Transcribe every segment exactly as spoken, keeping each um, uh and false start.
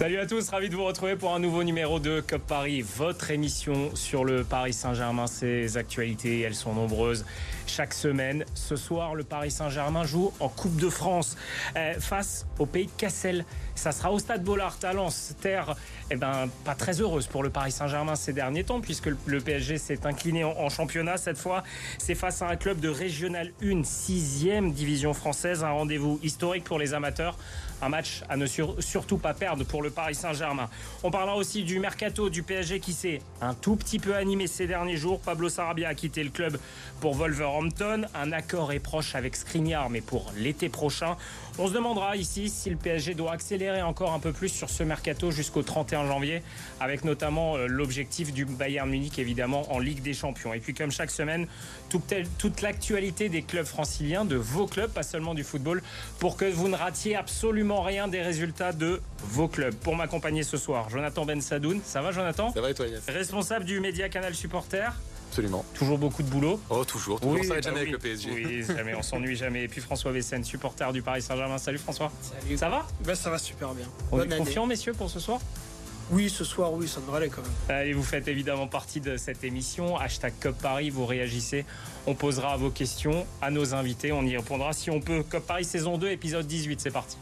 Salut à tous, ravi de vous retrouver pour un nouveau numéro de C O P Paris, votre émission sur le Paris Saint-Germain. Ses actualités, elles sont nombreuses chaque semaine. Ce soir, le Paris Saint-Germain joue en Coupe de France euh, face au Pays de Cassel. Ça sera au Stade Bollaert à Lens, terre eh ben, pas très heureuse pour le Paris Saint-Germain ces derniers temps, puisque le P S G s'est incliné en, en championnat. Cette fois, c'est face à un club de Régional un, sixième division française. Un rendez-vous historique pour les amateurs. Un match à ne sur, surtout pas perdre pour le Paris Saint-Germain. On parlera aussi du mercato du P S G qui s'est un tout petit peu animé ces derniers jours. Pablo Sarabia a quitté le club pour Wolverhampton. Un accord est proche avec Skriniar, mais pour l'été prochain. On se demandera ici si le P S G doit accélérer encore un peu plus sur ce mercato jusqu'au trente et un janvier, avec notamment l'objectif du Bayern Munich, évidemment, en Ligue des Champions. Et puis, comme chaque semaine, toute, toute l'actualité des clubs franciliens, de vos clubs, pas seulement du football, pour que vous ne ratiez absolument rien des résultats de vos clubs. Pour m'accompagner ce soir, Jonathan Ben Sadoun. Ça va, Jonathan ? Ça va et toi, Yann ? Responsable du média Canal Supporter. Absolument. Toujours beaucoup de boulot. Oh, toujours. toujours. Oui, on s'arrête bah jamais oui. avec le P S G. Oui, jamais. On s'ennuie jamais. Et puis François Vessène, supporter du Paris Saint-Germain. Salut François. Salut. Ça va ? Bah, ça va super bien. On Bonne est année. confiant, messieurs, pour ce soir ? Oui, ce soir, oui, ça devrait aller quand même. Allez, vous faites évidemment partie de cette émission. Hashtag C O P Paris, vous réagissez. On posera vos questions à nos invités. On y répondra si on peut. C O P Paris saison deux, épisode dix-huit. C'est parti.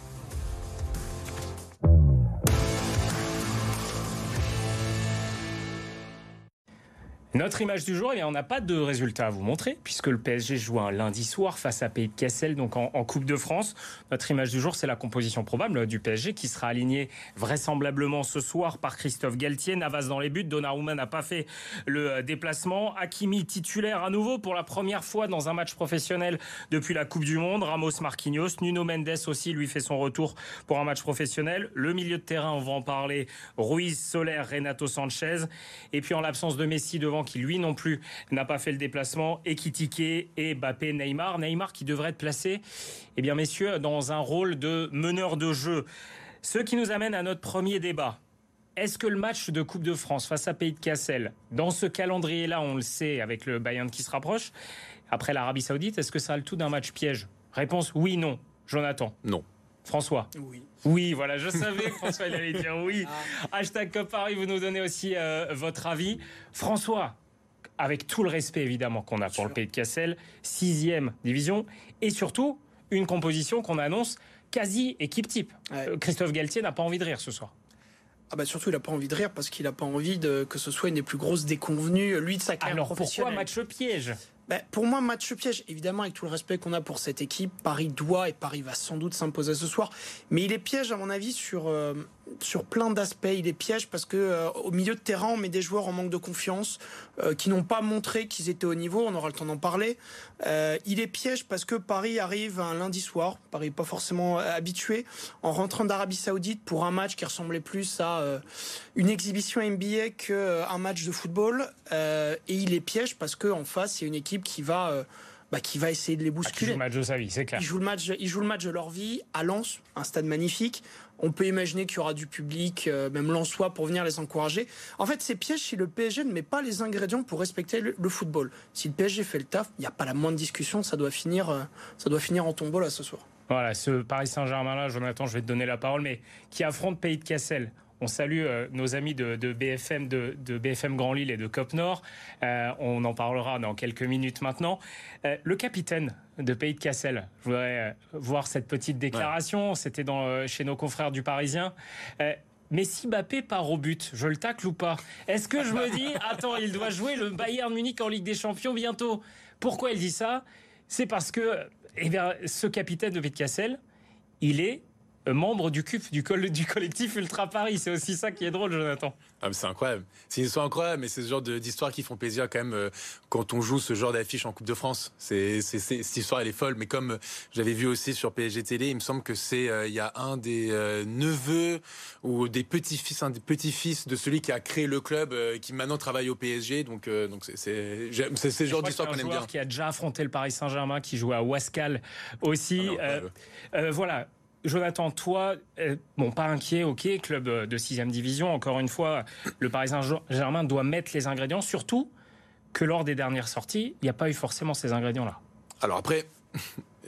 Notre image du jour, eh bien, on n'a pas de résultat à vous montrer, puisque le P S G joue un lundi soir face à Pays de Cassel, donc en, en Coupe de France. Notre image du jour, c'est la composition probable du P S G, qui sera alignée vraisemblablement ce soir par Christophe Galtier. Navas dans les buts, Donnarumma n'a pas fait le déplacement. Hakimi titulaire à nouveau pour la première fois dans un match professionnel depuis la Coupe du Monde. Ramos, Marquinhos, Nuno Mendes aussi lui fait son retour pour un match professionnel. Le milieu de terrain, on va en parler, Ruiz, Soler, Renato Sanchez. Et puis en l'absence de Messi devant, qui lui non plus n'a pas fait le déplacement, Ekitike et Mbappé, Neymar. Neymar qui devrait être placé, eh bien messieurs, dans un rôle de meneur de jeu. Ce qui nous amène à notre premier débat. Est-ce que le match de Coupe de France face à Pays de Cassel, dans ce calendrier-là, on le sait, avec le Bayern qui se rapproche, après l'Arabie Saoudite, est-ce que ça a le tout d'un match piège ? Réponse oui, non. Jonathan ? Non. François ? Oui. Oui, voilà, je savais que François il allait dire oui. Ah. Hashtag C O P Paris, vous nous donnez aussi euh, votre avis. François, avec tout le respect évidemment qu'on a pour le Pays de Cassel, sixième division, et surtout une composition qu'on annonce quasi équipe type. Ouais. Euh, Christophe Galtier n'a pas envie de rire ce soir. Ah bah surtout il n'a pas envie de rire parce qu'il n'a pas envie de, que ce soit une des plus grosses déconvenues, lui, de sa carrière Alors professionnelle. pourquoi match piège ? Ben, pour moi, match piège, évidemment, avec tout le respect qu'on a pour cette équipe, Paris doit et Paris va sans doute s'imposer ce soir. Mais il est piège, à mon avis, sur, euh, sur plein d'aspects. Il est piège parce que euh, au milieu de terrain, on met des joueurs en manque de confiance, euh, qui n'ont pas montré qu'ils étaient au niveau. On aura le temps d'en parler. Euh, il est piège parce que Paris arrive un lundi soir. Paris n'est pas forcément habitué, en rentrant d'Arabie Saoudite pour un match qui ressemblait plus à euh, une exhibition N B A qu'un match de football. Euh, et il est piège parce qu'en face, il y a une équipe qui va, euh, bah, qui va essayer de les bousculer. Ah, qui joue le match de sa vie, c'est clair. Ils jouent le match, ils jouent le match de leur vie à Lens, un stade magnifique. On peut imaginer qu'il y aura du public, euh, même lensois, pour venir les encourager. En fait, c'est piège si le P S G ne met pas les ingrédients pour respecter le, le football. Si le P S G fait le taf, il n'y a pas la moindre discussion, ça doit finir, euh, ça doit finir en tombeau là ce soir. Voilà, ce Paris Saint-Germain-là, Jonathan, je vais te donner la parole, mais qui affronte Pays de Cassel. On salue euh, nos amis de, de B F M, de, de B F M Grand Lille et de C O P Nord. Euh, on en parlera dans quelques minutes maintenant. Euh, le capitaine de Pays de Cassel, je voudrais euh, voir cette petite déclaration. Ouais. C'était dans, euh, chez nos confrères du Parisien. Euh, mais si Mbappé part au but, je le tacle ou pas ? Est-ce que je me dis, attends, il doit jouer le Bayern Munich en Ligue des Champions bientôt ? Pourquoi il dit ça ? C'est parce que eh bien, ce capitaine de Pays de Cassel, il est membre du C U P, du, col- du collectif Ultra Paris. C'est aussi ça qui est drôle, Jonathan. Ah, mais c'est incroyable. C'est une histoire incroyable, mais c'est ce genre de, d'histoire qui font plaisir quand même euh, quand on joue ce genre d'affiche en Coupe de France. C'est, c'est, c'est, cette histoire, elle est folle. Mais comme euh, j'avais vu aussi sur P S G Télé, il me semble que c'est il euh, y a un des euh, neveux ou des petits-fils, un des petits-fils de celui qui a créé le club, euh, qui maintenant travaille au P S G. Donc, euh, donc c'est, c'est, c'est, c'est ce genre d'histoire qu'on aime bien. Un joueur qui a déjà affronté le Paris Saint-Germain, qui joue à Ouascal aussi. Ah non, euh, euh, voilà. Jonathan, toi, euh, bon, pas inquiet, ok, club de sixième division. Encore une fois, le Paris Saint-Germain doit mettre les ingrédients, surtout que lors des dernières sorties, il n'y a pas eu forcément ces ingrédients-là. Alors après,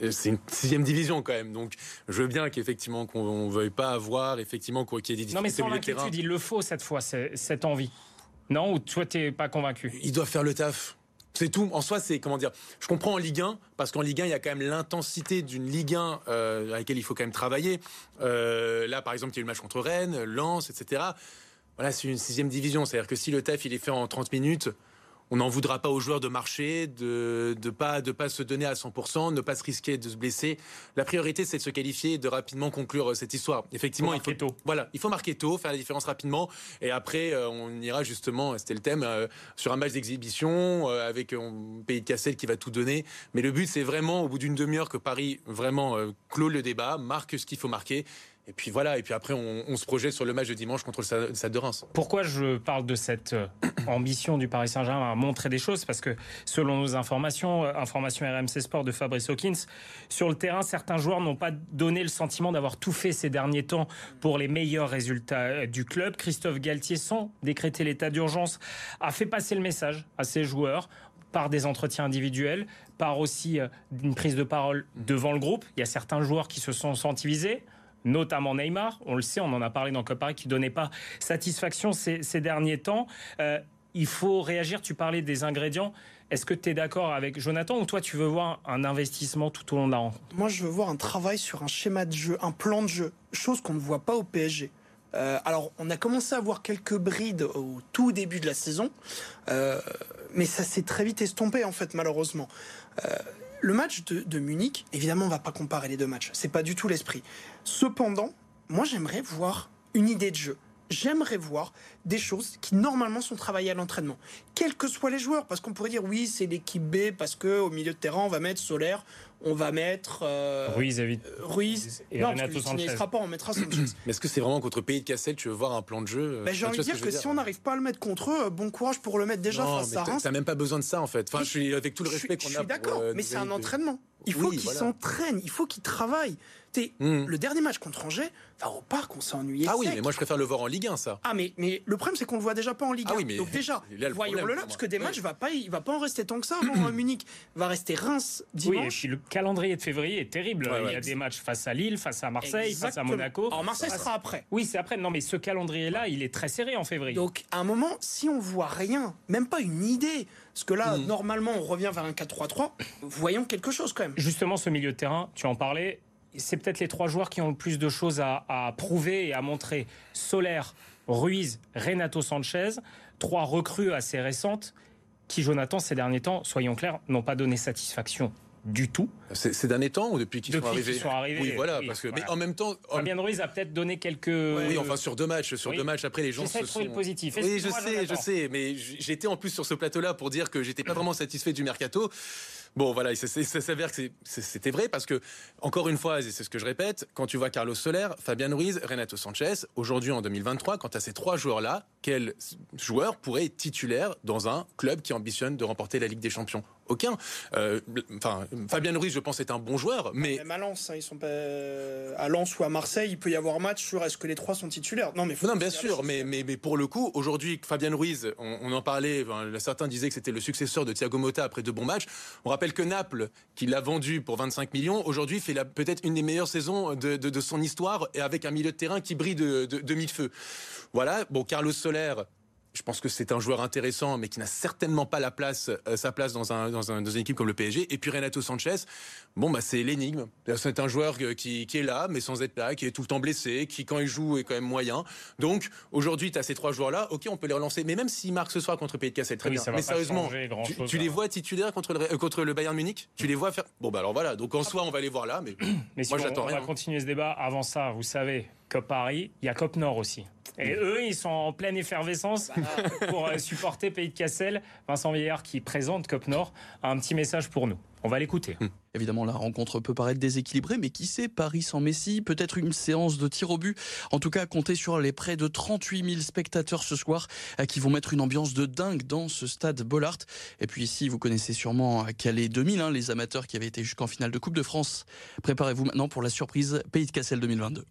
c'est une sixième division quand même. Donc, je veux bien qu'effectivement qu'on ne veuille pas avoir, effectivement qu'il y ait des difficultés. Non, mais sans l'inquiétude, il le faut cette fois, cette envie. Non, ou toi, tu n'es pas convaincu? Ils doivent faire le taf. C'est tout. En soi, c'est, comment dire, je comprends en Ligue un, parce qu'en Ligue un, il y a quand même l'intensité d'une Ligue un euh, à laquelle il faut quand même travailler. Euh, là, par exemple, il y a eu le match contre Rennes, Lens, et cetera. Voilà, c'est une sixième division. C'est-à-dire que si le taf, il est fait en trente minutes, on n'en voudra pas aux joueurs de marcher, de ne pas, de pas se donner à cent pour cent, ne pas se risquer de se blesser. La priorité, c'est de se qualifier et de rapidement conclure cette histoire. Effectivement, il faut, il faut, voilà, il faut marquer tôt, faire la différence rapidement. Et après, euh, on ira justement, c'était le thème, euh, sur un match d'exhibition, euh, avec un Pays de Cassel qui va tout donner. Mais le but, c'est vraiment, au bout d'une demi-heure, que Paris vraiment euh, clôt le débat, marque ce qu'il faut marquer. Et puis voilà, et puis après on, on se projette sur le match de dimanche contre le Stade de Reims. Pourquoi je parle de cette ambition du Paris Saint-Germain à montrer des choses? Parce que selon nos informations, informations R M C Sport de Fabrice Hawkins, sur le terrain, certains joueurs n'ont pas donné le sentiment d'avoir tout fait ces derniers temps pour les meilleurs résultats du club. Christophe Galtier, sans décréter l'état d'urgence, a fait passer le message à ses joueurs par des entretiens individuels, par aussi une prise de parole devant le groupe. Il y a certains joueurs qui se sont sentis visés, notamment Neymar, on le sait, on en a parlé dans Cup Paris, qui ne donnait pas satisfaction ces, ces derniers temps. Euh, il faut réagir, tu parlais des ingrédients. Est-ce que tu es d'accord avec Jonathan ou toi tu veux voir un investissement tout au long de la rencontre? Moi je veux voir un travail sur un schéma de jeu, un plan de jeu, chose qu'on ne voit pas au P S G. Euh, alors on a commencé à voir quelques brides au tout début de la saison, euh, mais ça s'est très vite estompé en fait malheureusement. Euh, Le match de, de Munich, évidemment, on ne va pas comparer les deux matchs. C'est pas du tout l'esprit. Cependant, moi, j'aimerais voir une idée de jeu. J'aimerais voir des choses qui, normalement, sont travaillées à l'entraînement. Quels que soient les joueurs. Parce qu'on pourrait dire, oui, c'est l'équipe B, parce qu'au milieu de terrain, on va mettre Solaire, on va mettre... Euh, Ruiz, évite. Ruiz. Et non, Renato parce qu'il n'y Sanchez. sera pas, on mettra Sanchez. Mais est-ce que c'est vraiment contre Pays de Cassel, tu veux voir un plan de jeu? Ben, j'ai envie de dire que, que si dire. on n'arrive pas à le mettre contre eux, bon courage pour le mettre déjà non, face à Reims. T'as même pas besoin de ça, en fait. Enfin, je suis avec tout le respect qu'on a. Je suis d'accord, euh, mais c'est un entraînement. Il faut oui, qu'ils voilà. s'entraînent, il faut qu'ils travaillent. Mmh. Le dernier match contre Angers, enfin, au parc, on s'est ennuyé. Ah sec. oui, mais moi je préfère le voir en Ligue un, ça. Ah, mais, mais le problème, c'est qu'on le voit déjà pas en Ligue un. Ah oui, mais donc déjà, voyons-le là, parce que des matchs, oui. va pas, il va pas en rester tant que ça avant Munich. Va rester Reims dimanche. Oui, et puis le calendrier de février est terrible. Ouais, ouais, il y a des matchs face à Lille, face à Marseille, Exactement. face à Monaco. Alors Marseille face... sera après. Oui, c'est après. Non, mais ce calendrier-là, il est très serré en février. Donc, à un moment, si on voit rien, même pas une idée, parce que là, mmh. normalement, on revient vers un quatre trois trois, voyons quelque chose quand même. Justement, ce milieu de terrain, tu en parlais, c'est peut-être les trois joueurs qui ont le plus de choses à, à prouver et à montrer. Solaire, Ruiz, Renato Sanchez, trois recrues assez récentes qui, Jonathan, ces derniers temps, soyons clairs, n'ont pas donné satisfaction du tout. C'est ces derniers temps ou depuis qu'ils sont arrivés? Depuis qu'ils sont arrivés. Oui, voilà, oui, parce que voilà. Mais en même temps, Fabien Ruiz a peut-être donné quelques. Oui, enfin sur deux matchs, sur oui. deux matchs après les gens J'essaie se de trouver sont. le positif. Oui, je moi, sais, Jonathan. je sais, mais j'étais en plus sur ce plateau-là pour dire que j'étais pas vraiment satisfait du mercato. Bon, voilà, ça, ça s'avère que c'était vrai parce que, encore une fois, et c'est ce que je répète, quand tu vois Carlos Soler, Fabien Ruiz, Renato Sanchez, aujourd'hui en deux mille vingt-trois, quand tu as ces trois joueurs-là, quel joueur pourrait être titulaire dans un club qui ambitionne de remporter la Ligue des Champions? Aucun. Euh, enfin, Fabien Ruiz, je pense, est un bon joueur, mais même à Lens, hein, ils sont pas à Lens ou à Marseille, il peut y avoir match sur est-ce que les trois sont titulaires. Non, mais faut non, bien sûr, mais, mais mais pour le coup, aujourd'hui, Fabien Ruiz, on, on en parlait. Enfin, certains disaient que c'était le successeur de Thiago Motta après deux bons matchs. On rappelle que Naples, qui l'a vendu pour vingt-cinq millions, aujourd'hui fait la, peut-être une des meilleures saisons de, de, de son histoire, et avec un milieu de terrain qui brille de, de, de mille feux. Voilà. Bon, Carlos Soler. Je pense que c'est un joueur intéressant, mais qui n'a certainement pas la place, euh, sa place dans, un, dans, un, dans une équipe comme le P S G. Et puis Renato Sanchez, bon, bah, c'est l'énigme. C'est un joueur qui, qui est là, mais sans être là, qui est tout le temps blessé, qui, quand il joue, est quand même moyen. Donc, aujourd'hui, tu as ces trois joueurs-là. OK, on peut les relancer. Mais même s'ils marquent ce soir contre Pays de Cassel, très oui, bien. Mais sérieusement, tu, tu les vois titulaires contre le, contre le Bayern Munich? Tu les vois faire. Bon, bah alors voilà. Donc, en soi, on va les voir là. Mais, mais moi, si j'attends on, rien. On va continuer ce débat. Avant ça, vous savez, Cup Paris, il y a Cup Nord aussi. Et eux, ils sont en pleine effervescence pour supporter Pays de Cassel. Vincent Vieillard, qui présente Cup Nord, a un petit message pour nous. On va l'écouter. Hum. Évidemment, la rencontre peut paraître déséquilibrée, mais qui sait, Paris sans Messi, peut-être une séance de tir au but. En tout cas, comptez sur les près de trente-huit mille spectateurs ce soir qui vont mettre une ambiance de dingue dans ce stade Bollaert. Et puis ici, vous connaissez sûrement Calais deux mille, hein, les amateurs qui avaient été jusqu'en finale de Coupe de France. Préparez-vous maintenant pour la surprise Pays de Cassel deux mille vingt-deux.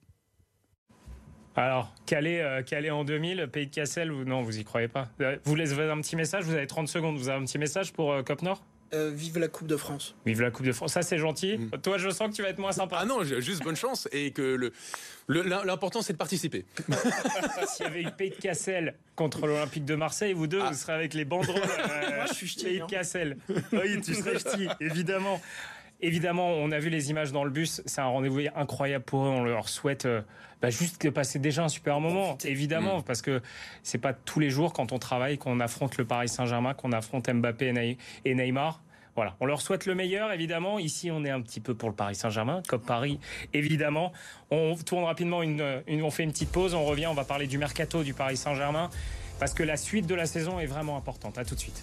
Alors, Calais, euh, Calais en deux mille, Pays de Cassel, vous, non, vous y croyez pas. Vous laissez un petit message, vous avez trente secondes, vous avez un petit message pour euh, Cup Nord? euh, vive la Coupe de France. Vive la Coupe de France. Ça, c'est gentil. Mmh. Toi, je sens que tu vas être moins sympa. Ah non, juste bonne chance et que le, le l'important, c'est de participer. S'il y avait eu Pays de Cassel contre l'Olympique de Marseille, vous deux, ah. vous serez avec les banderoles. Euh, Moi, je suis ch'ti. Pays de Cassel. Oui, tu serais ch'ti, évidemment. Évidemment, on a vu les images dans le bus. C'est un rendez-vous incroyable pour eux. On leur souhaite euh, bah, juste de passer déjà un super moment, évidemment, mmh. parce que c'est pas tous les jours quand on travaille qu'on affronte le Paris Saint-Germain, qu'on affronte Mbappé et Neymar. Voilà, on leur souhaite le meilleur, évidemment. Ici, on est un petit peu pour le Paris Saint-Germain, comme Paris, évidemment. On tourne rapidement, une, une, on fait une petite pause, on revient, on va parler du mercato du Paris Saint-Germain, parce que la suite de la saison est vraiment importante. À tout de suite.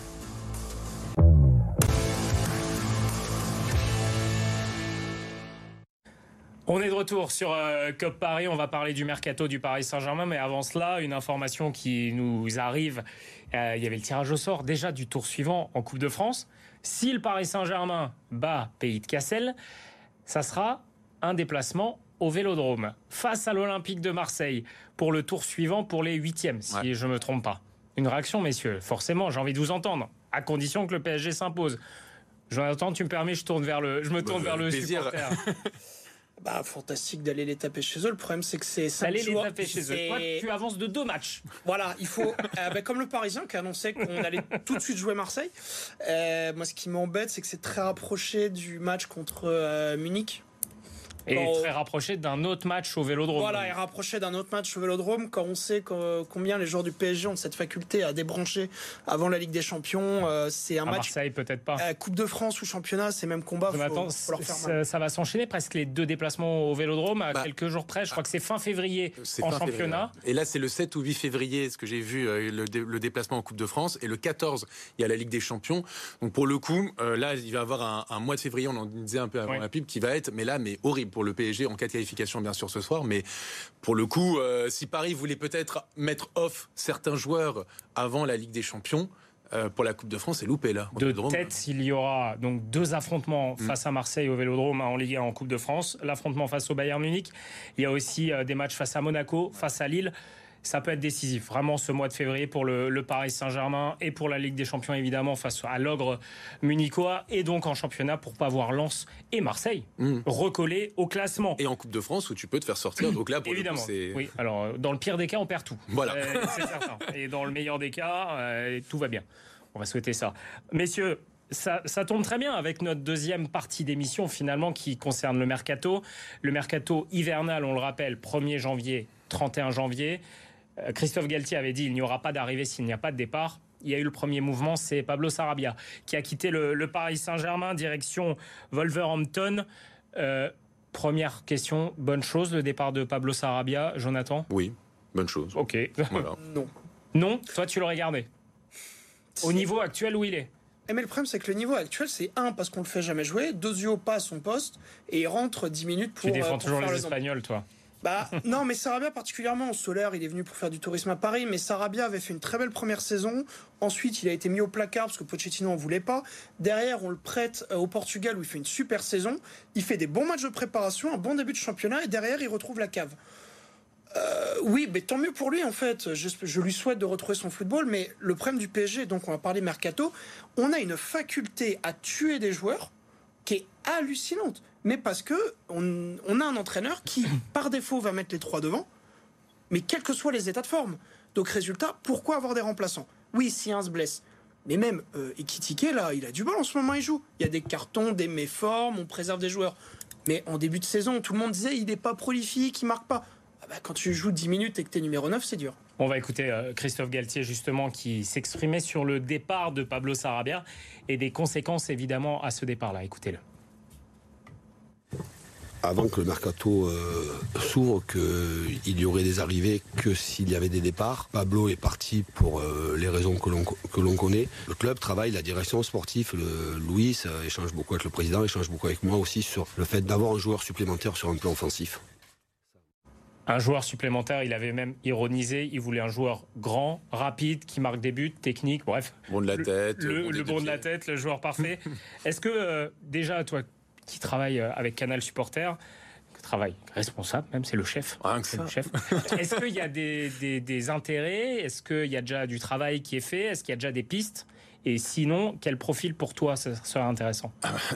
On est de retour sur euh, C O P Paris, on va parler du mercato du Paris Saint-Germain, mais avant cela, une information qui nous arrive, euh, il y avait le tirage au sort déjà du tour suivant en Coupe de France. Si le Paris Saint-Germain bat Pays de Cassel, ça sera un déplacement au Vélodrome face à l'Olympique de Marseille pour le tour suivant pour les huitièmes, si ouais. je ne me trompe pas. Une réaction, messieurs, forcément, j'ai envie de vous entendre, à condition que le P S G s'impose. Jonathan, tu me permets, je, tourne vers le, je me tourne bah, vers le plaisir. supporter. Bah, fantastique d'aller les taper chez eux. Le problème, c'est que c'est cinq D'aller jours. les taper chez eux. Toi, tu avances de deux matchs. Voilà, il faut. euh, bah, comme le Parisien qui a annoncé qu'on allait tout de suite jouer Marseille. Euh, moi, ce qui m'embête, c'est que c'est très rapproché du match contre euh, Munich. Et quand très rapproché d'un autre match au Vélodrome. Voilà, et rapproché d'un autre match au Vélodrome, quand on sait que, combien les joueurs du P S G ont cette faculté à débrancher avant la Ligue des Champions. Euh, c'est un à match. Marseille, peut-être pas. Euh, Coupe de France ou championnat, c'est même combat. Jonathan, faut, faut leur faire ça, ça va s'enchaîner presque les deux déplacements au Vélodrome à bah, quelques jours près. Je crois que c'est fin février en fin championnat. Février. Et là, c'est le sept ou huit février, ce que j'ai vu, euh, le, dé, le déplacement en Coupe de France. Et le quatorze, il y a la Ligue des Champions. Donc pour le coup, euh, là, il va y avoir un, un mois de février, on en disait un peu avant oui. la pub, qui va être, mais là, mais horrible pour le P S G en cas de qualification bien sûr ce soir, mais pour le coup, euh, si Paris voulait peut-être mettre off certains joueurs avant la Ligue des Champions, euh, pour la Coupe de France, c'est loupé là. De tête, il y aura donc deux affrontements mmh. face à Marseille au Vélodrome en Ligue un en Coupe de France, l'affrontement face au Bayern Munich. Il y a aussi euh, des matchs face à Monaco, face à Lille. Ça peut être décisif, vraiment, ce mois de février pour le, le Paris Saint-Germain et pour la Ligue des Champions, évidemment, face à l'ogre munichois. Et donc en championnat, pour pas voir Lens et Marseille mmh. recoller au classement. Et en Coupe de France, où tu peux te faire sortir. Donc là, pour évidemment, le coup, c'est... oui. Alors, dans le pire des cas, on perd tout. Voilà. Euh, c'est certain. Et dans le meilleur des cas, euh, tout va bien. On va souhaiter ça. Messieurs, Ça, ça tombe très bien avec notre deuxième partie d'émission, finalement, qui concerne le mercato. Le mercato hivernal, on le rappelle, premier janvier, trente et un janvier. Christophe Galtier avait dit il n'y aura pas d'arrivée s'il n'y a pas de départ. Il y a eu le premier mouvement, c'est Pablo Sarabia qui a quitté le, le Paris Saint-Germain, direction Wolverhampton. Euh, première question, bonne chose le départ de Pablo Sarabia, Jonathan ? Oui, bonne chose. Ok. Voilà. Non. Non ? Toi, tu l'aurais gardé ? Au niveau actuel où il est ? Mais le problème, c'est que le niveau actuel, c'est un, parce qu'on le fait jamais jouer, Dozio pas à son poste, et il rentre dix minutes pour. Tu défends euh, pour toujours faire les le Espagnols, toi. Bah, non, mais Sarabia particulièrement, Soler, il est venu pour faire du tourisme à Paris, mais Sarabia avait fait une très belle première saison. Ensuite, il a été mis au placard parce que Pochettino en voulait pas. Derrière, on le prête au Portugal où il fait une super saison. Il fait des bons matchs de préparation, un bon début de championnat, et derrière, il retrouve la cave. Euh, oui, mais tant mieux pour lui en fait. Je, je lui souhaite de retrouver son football, mais le problème du P S G, donc on va parler mercato, on a une faculté à tuer des joueurs qui est hallucinante. Mais parce que on, on a un entraîneur qui, par défaut, va mettre les trois devant, mais quels que soient les états de forme. Donc résultat, pourquoi avoir des remplaçants ? Oui, si un se blesse. Mais même euh, Ekitike, là, il a du bol en ce moment, il joue. Il y a des cartons, des méformes, on préserve des joueurs. Mais en début de saison, tout le monde disait il n'est pas prolifique, il marque pas. Ah bah, quand tu joues dix minutes et que tu es numéro neuf, c'est dur. On va écouter euh, Christophe Galtier, justement, qui s'exprimait sur le départ de Pablo Sarabia et des conséquences, évidemment, à ce départ-là. Écoutez-le. Avant que le mercato euh, s'ouvre, qu'il y aurait des arrivées que s'il y avait des départs. Pablo est parti pour euh, les raisons que l'on, que l'on connaît. Le club travaille, la direction sportive, le, Louis euh, échange beaucoup avec le président, échange beaucoup avec moi aussi sur le fait d'avoir un joueur supplémentaire sur un plan offensif. Un joueur supplémentaire, il avait même ironisé, il voulait un joueur grand, rapide, qui marque des buts, technique, bref. Bon de la tête. Le, bon, le bon de la tête, le joueur parfait. Est-ce que, euh, déjà, toi qui travailles avec Canal Supporter, travail responsable même, c'est le chef. Rien que c'est ça. Le chef. Est-ce qu'il y a des, des, des intérêts ? Est-ce qu'il y a déjà du travail qui est fait ? Est-ce qu'il y a déjà des pistes ? Et sinon, quel profil pour toi ça serait intéressant?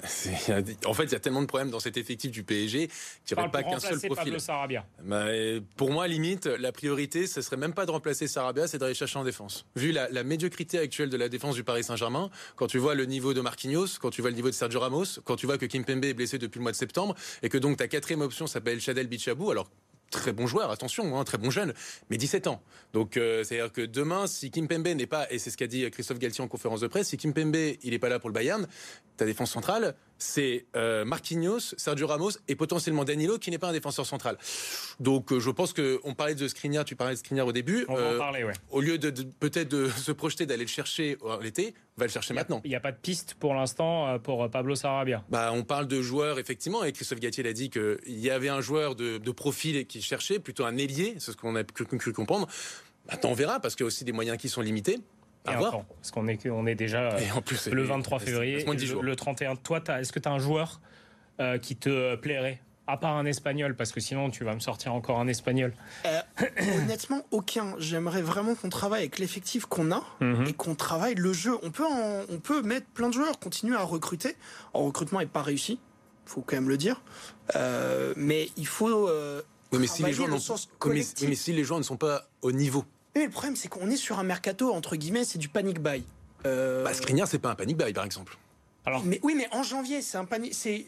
En fait, il y a tellement de problèmes dans cet effectif du P S G qu'il n'y aurait pas qu'un seul profil. Pablo Sarabia. Bah, pour moi, limite, la priorité, ce serait même pas de remplacer Sarabia, c'est d'aller chercher en défense. Vu la, la médiocrité actuelle de la défense du Paris Saint-Germain, quand tu vois le niveau de Marquinhos, quand tu vois le niveau de Sergio Ramos, quand tu vois que Kimpembe est blessé depuis le mois de septembre, et que donc ta quatrième option s'appelle Chadel Bichabou, alors très bon joueur, attention, hein, très bon jeune, mais dix-sept ans. Donc, euh, c'est-à-dire que demain, si Kimpembe n'est pas, et c'est ce qu'a dit Christophe Galtier en conférence de presse, si Kimpembe, il n'est pas là pour le Bayern, ta défense centrale, c'est euh, Marquinhos, Sergio Ramos et potentiellement Danilo, qui n'est pas un défenseur central. Donc, euh, je pense qu'on parlait de Skriniar, tu parlais de Skriniar au début. On va euh, en parler, ouais. Au lieu de, de peut-être de se projeter d'aller le chercher l'été, va le chercher il y a, maintenant. Il n'y a pas de piste pour l'instant pour Pablo Sarabia. Bah, on parle de joueurs, effectivement, et Christophe Galtier l'a dit qu'il y avait un joueur de, de profil qui cherchait, plutôt un ailier, c'est ce qu'on a cru, cru comprendre. Maintenant, on verra, parce qu'il y a aussi des moyens qui sont limités. À voir. Encore, parce qu'on est, on est déjà et en plus, le vingt-trois février, le, le trente et un. Toi, est-ce que tu as un joueur euh, qui te plairait, à part un Espagnol, parce que sinon tu vas me sortir encore un Espagnol? euh, Honnêtement, aucun. J'aimerais vraiment qu'on travaille avec l'effectif qu'on a mm-hmm. et qu'on travaille le jeu. On peut, en, on peut mettre plein de joueurs, continuer à recruter. En recrutement n'est pas réussi, il faut quand même le dire. Euh, mais il faut euh, oui, mais si les joueurs le non, sens collectif. Mais, mais si les joueurs ne sont pas au niveau. Mais le problème, c'est qu'on est sur un mercato, entre guillemets, c'est du panic buy. Euh... Bah, Skriniar, c'est pas un panic buy, par exemple. Alors... Mais, oui, mais en janvier, c'est un panic... C'est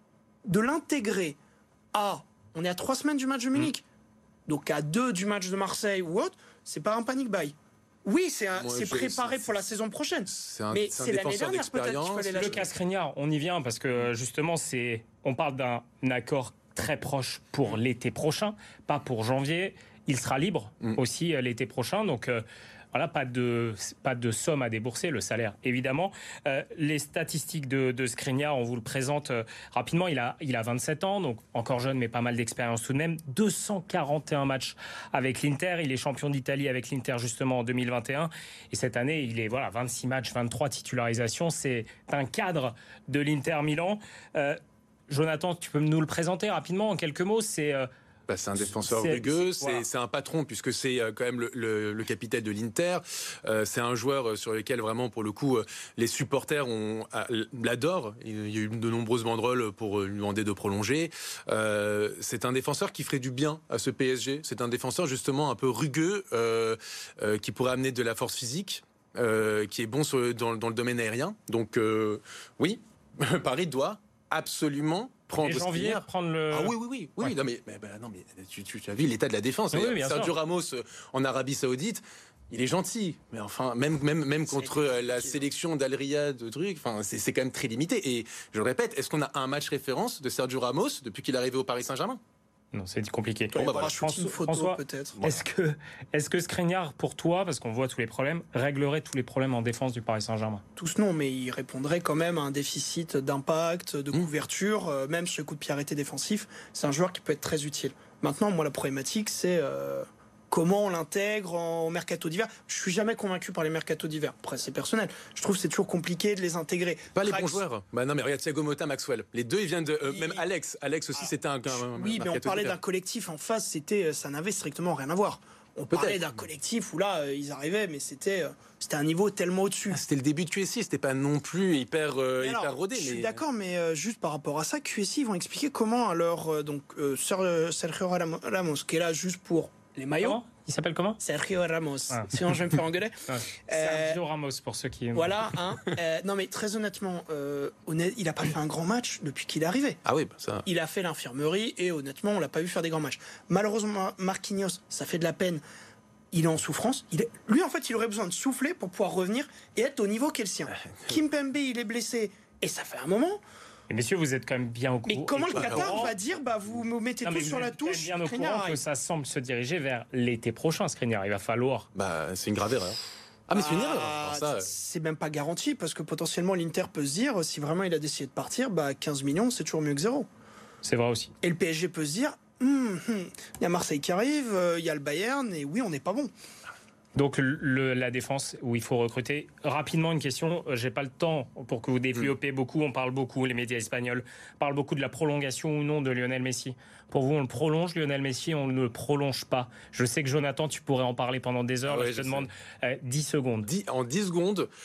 de l'intégrer à... On est à trois semaines du match de Munich. Mmh. Donc à deux du match de Marseille ou autre, c'est pas un panic buy. Oui, c'est, un, Moi, c'est préparé pour la saison prochaine. C'est un, mais c'est, un c'est l'année dernière peut-être qu'il fallait le cas Skriniar, on y vient parce que justement, c'est, on parle d'un accord très proche pour l'été prochain, pas pour janvier. Il sera libre mmh. aussi l'été prochain, donc euh, voilà, pas de, pas de somme à débourser, le salaire évidemment. Euh, les statistiques de, de Skriniar, on vous le présente euh, rapidement, il a, il a vingt-sept ans, donc encore jeune mais pas mal d'expérience tout de même, deux cent quarante et un matchs avec l'Inter, il est champion d'Italie avec l'Inter justement en deux mille vingt et un, et cette année il est voilà, vingt-six matchs, vingt-trois titularisations, c'est un cadre de l'Inter Milan. Euh, Jonathan, tu peux nous le présenter rapidement en quelques mots, c'est... Euh, Bah, c'est un défenseur c'est, rugueux, c'est, voilà. c'est un patron puisque c'est euh, quand même le, le, le capitaine de l'Inter. Euh, c'est un joueur euh, sur lequel vraiment pour le coup euh, les supporters ont, euh, l'adorent. Il y a eu de nombreuses banderoles pour lui demander de prolonger. Euh, c'est un défenseur qui ferait du bien à ce P S G. C'est un défenseur justement un peu rugueux euh, euh, qui pourrait amener de la force physique, euh, qui est bon sur, dans, dans le domaine aérien. Donc euh, oui, Paris doit absolument prendre et janvier, prendre le... Ah oui, oui, oui. oui ouais. Non, mais, mais, bah, non, mais tu, tu, tu as vu l'état de la défense. Oui, Sergio sûr. Ramos euh, en Arabie Saoudite, il est gentil. Mais enfin, même, même, même contre euh, la sélection d'Al Riyad, de trucs, enfin, c'est, c'est quand même très limité. Et je le répète, est-ce qu'on a un match référence de Sergio Ramos depuis qu'il est arrivé au Paris Saint-Germain ? Non, c'est compliqué. Bon, bah, voilà. François, une photo, François, peut-être. Est-ce que, est-ce que Skriniar, pour toi, parce qu'on voit tous les problèmes, réglerait tous les problèmes en défense du Paris Saint-Germain ? Tous non, mais il répondrait quand même à un déficit d'impact, de couverture, mmh. même ce coup de pied arrêté défensif. C'est un joueur qui peut être très utile. Maintenant, moi, la problématique, c'est euh, comment on l'intègre en mercato d'hiver. Je suis jamais convaincu par les mercatos d'hiver. Après, c'est personnel. Je trouve que c'est toujours compliqué de les intégrer. Pas Trax... les bons joueurs. Bah non, mais regarde Thiago Motta, Maxwell. Les deux, ils viennent de. Euh, il... Même Alex. Alex aussi, ah, c'était un. un oui, mais on parlait d'hiver. D'un collectif en face. C'était, ça n'avait strictement rien à voir. On Peut-être. parlait d'un collectif où là, euh, ils arrivaient, mais c'était, euh, c'était un niveau tellement au-dessus. Ah, c'était le début de Q S I, c'était pas non plus hyper, euh, hyper alors, rodé. Je mais... suis d'accord, mais euh, juste par rapport à ça, Q S I vont expliquer comment alors euh, donc euh, Sergio Ramos, qui est là juste pour les maillots. Comment il s'appelle comment ? Sergio Ramos. Ah. Sinon, je vais me faire engueuler. Ah. Euh, Sergio Ramos, pour ceux qui... Voilà. Hein, euh, non, mais très honnêtement, euh, honnête, il n'a pas fait un grand match depuis qu'il est arrivé. Ah oui, bah ça... Il a fait l'infirmerie et honnêtement, on l'a pas vu faire des grands matchs. Malheureusement, Marquinhos, ça fait de la peine. Il est en souffrance. Il est... Lui, en fait, il aurait besoin de souffler pour pouvoir revenir et être au niveau qu'est le sien. Kimpembe, il est blessé et ça fait un moment... Et messieurs, vous êtes quand même bien au courant. Mais comment le Qatar va dire, bah vous me mettez non, tout sur la touche. Bien au courant que ça semble se diriger vers l'été prochain, Skriniar. Il va falloir. Bah, c'est une grave erreur. Ah, mais c'est une erreur. Ah, ça, c'est même pas garanti parce que potentiellement l'Inter peut se dire, si vraiment il a décidé de partir, bah quinze millions, c'est toujours mieux que zéro. C'est vrai aussi. Et le P S G peut se dire, hum, hum, il y a Marseille qui arrive, il euh, y a le Bayern, et oui, on n'est pas bon. Donc le, la défense où il faut recruter. Rapidement une question, j'ai pas le temps pour que vous développez beaucoup, on parle beaucoup, les médias espagnols parlent beaucoup de la prolongation ou non de Lionel Messi. Pour vous, on le prolonge Lionel Messi, on ne le prolonge pas. Je sais que Jonathan, tu pourrais en parler pendant des heures, ouais, là, je te demande euh, dix secondes. dix, en dix secondes,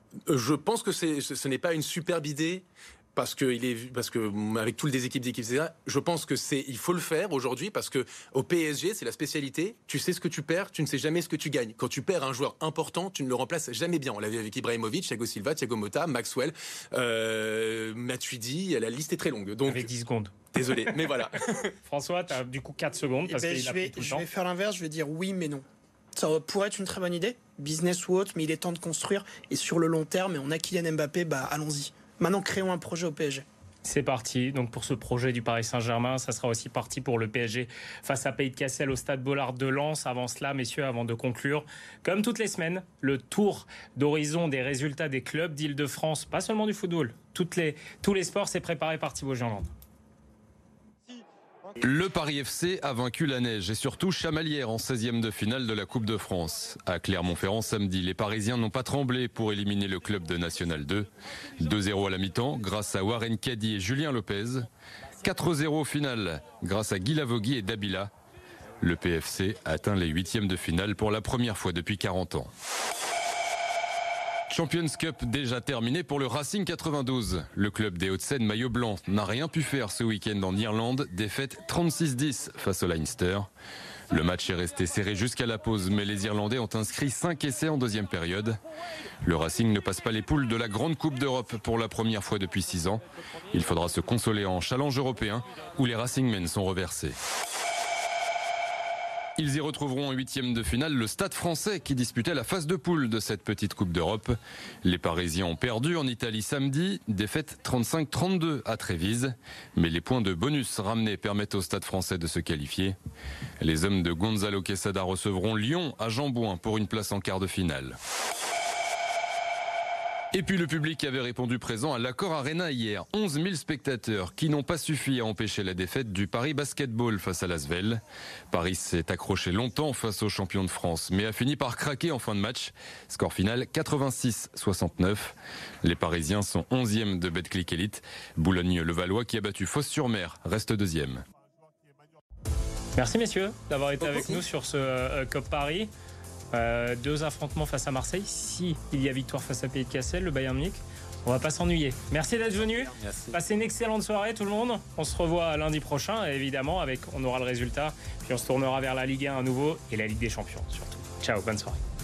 Je pense que c'est, ce n'est pas une superbe idée. Parce que, il est, parce que avec tout le déséquilibre d'équipe, et cetera, je pense que c'est, il faut le faire aujourd'hui parce que au P S G, c'est la spécialité. Tu sais ce que tu perds, tu ne sais jamais ce que tu gagnes. Quand tu perds un joueur important, tu ne le remplaces jamais bien. On l'a vu avec Ibrahimovic, Thiago Silva, Thiago Motta, Maxwell, euh, Matuidi. La liste est très longue. Donc, avec dix secondes. Désolé, mais voilà. François, tu as du coup quatre secondes parce ben, qu'il je a vais, pris tout le je temps. vais faire l'inverse, je vais dire oui mais non. Ça pourrait être une très bonne idée, business ou autre, mais il est temps de construire. Et sur le long terme, et on a Kylian Mbappé, bah allons-y. Maintenant, créons un projet au P S G. C'est parti. Donc pour ce projet du Paris Saint-Germain, ça sera aussi parti pour le P S G face à Pays de Cassel au stade Bollard de Lens. Avant cela, messieurs, avant de conclure, comme toutes les semaines, le tour d'horizon des résultats des clubs d'Île-de-France, pas seulement du football, toutes les, tous les sports, c'est préparé par Thibaut Gianland. Le Paris F C a vaincu la Neige et surtout Chamalières en seizième de finale de la Coupe de France. À Clermont-Ferrand samedi, les Parisiens n'ont pas tremblé pour éliminer le club de National deux. deux zéro à la mi-temps grâce à Warren Caddy et Julien Lopez. quatre zéro au final grâce à Guy Lavogui et Dabila. Le P F C atteint les huitièmes de finale pour la première fois depuis quarante ans. Champions Cup déjà terminé pour le Racing quatre-vingt-douze. Le club des Hauts-de-Seine maillot blanc n'a rien pu faire ce week-end en Irlande. Défaite trente-six dix face au Leinster. Le match est resté serré jusqu'à la pause, mais les Irlandais ont inscrit cinq essais en deuxième période. Le Racing ne passe pas les poules de la Grande Coupe d'Europe pour la première fois depuis six ans. Il faudra se consoler en challenge européen où les Racingmen sont reversés. Ils y retrouveront en huitième de finale le Stade Français qui disputait la phase de poule de cette petite Coupe d'Europe. Les Parisiens ont perdu en Italie samedi, défaite trente-cinq trente-deux à Trévise. Mais les points de bonus ramenés permettent au Stade Français de se qualifier. Les hommes de Gonzalo Quesada recevront Lyon à Jambouin pour une place en quart de finale. Et puis le public avait répondu présent à l'Accor Arena hier. onze mille spectateurs qui n'ont pas suffi à empêcher la défaite du Paris Basketball face à l'Asvel. Paris s'est accroché longtemps face aux champions de France, mais a fini par craquer en fin de match. Score final quatre-vingt-six soixante-neuf. Les Parisiens sont onzième de Betclic Elite. Boulogne-le-Valois qui a battu Fos-sur-Mer reste deuxième. Merci messieurs d'avoir été avec nous sur ce euh, Cup Paris. Euh, deux affrontements face à Marseille. Si il y a victoire face à Pays de Cassel, le Bayern Munich, on va pas s'ennuyer. Merci d'être venu. Merci. Passez une excellente soirée tout le monde. On se revoit lundi prochain et évidemment avec on aura le résultat. Puis on se tournera vers la Ligue un à nouveau et la Ligue des Champions surtout. Ciao, bonne soirée.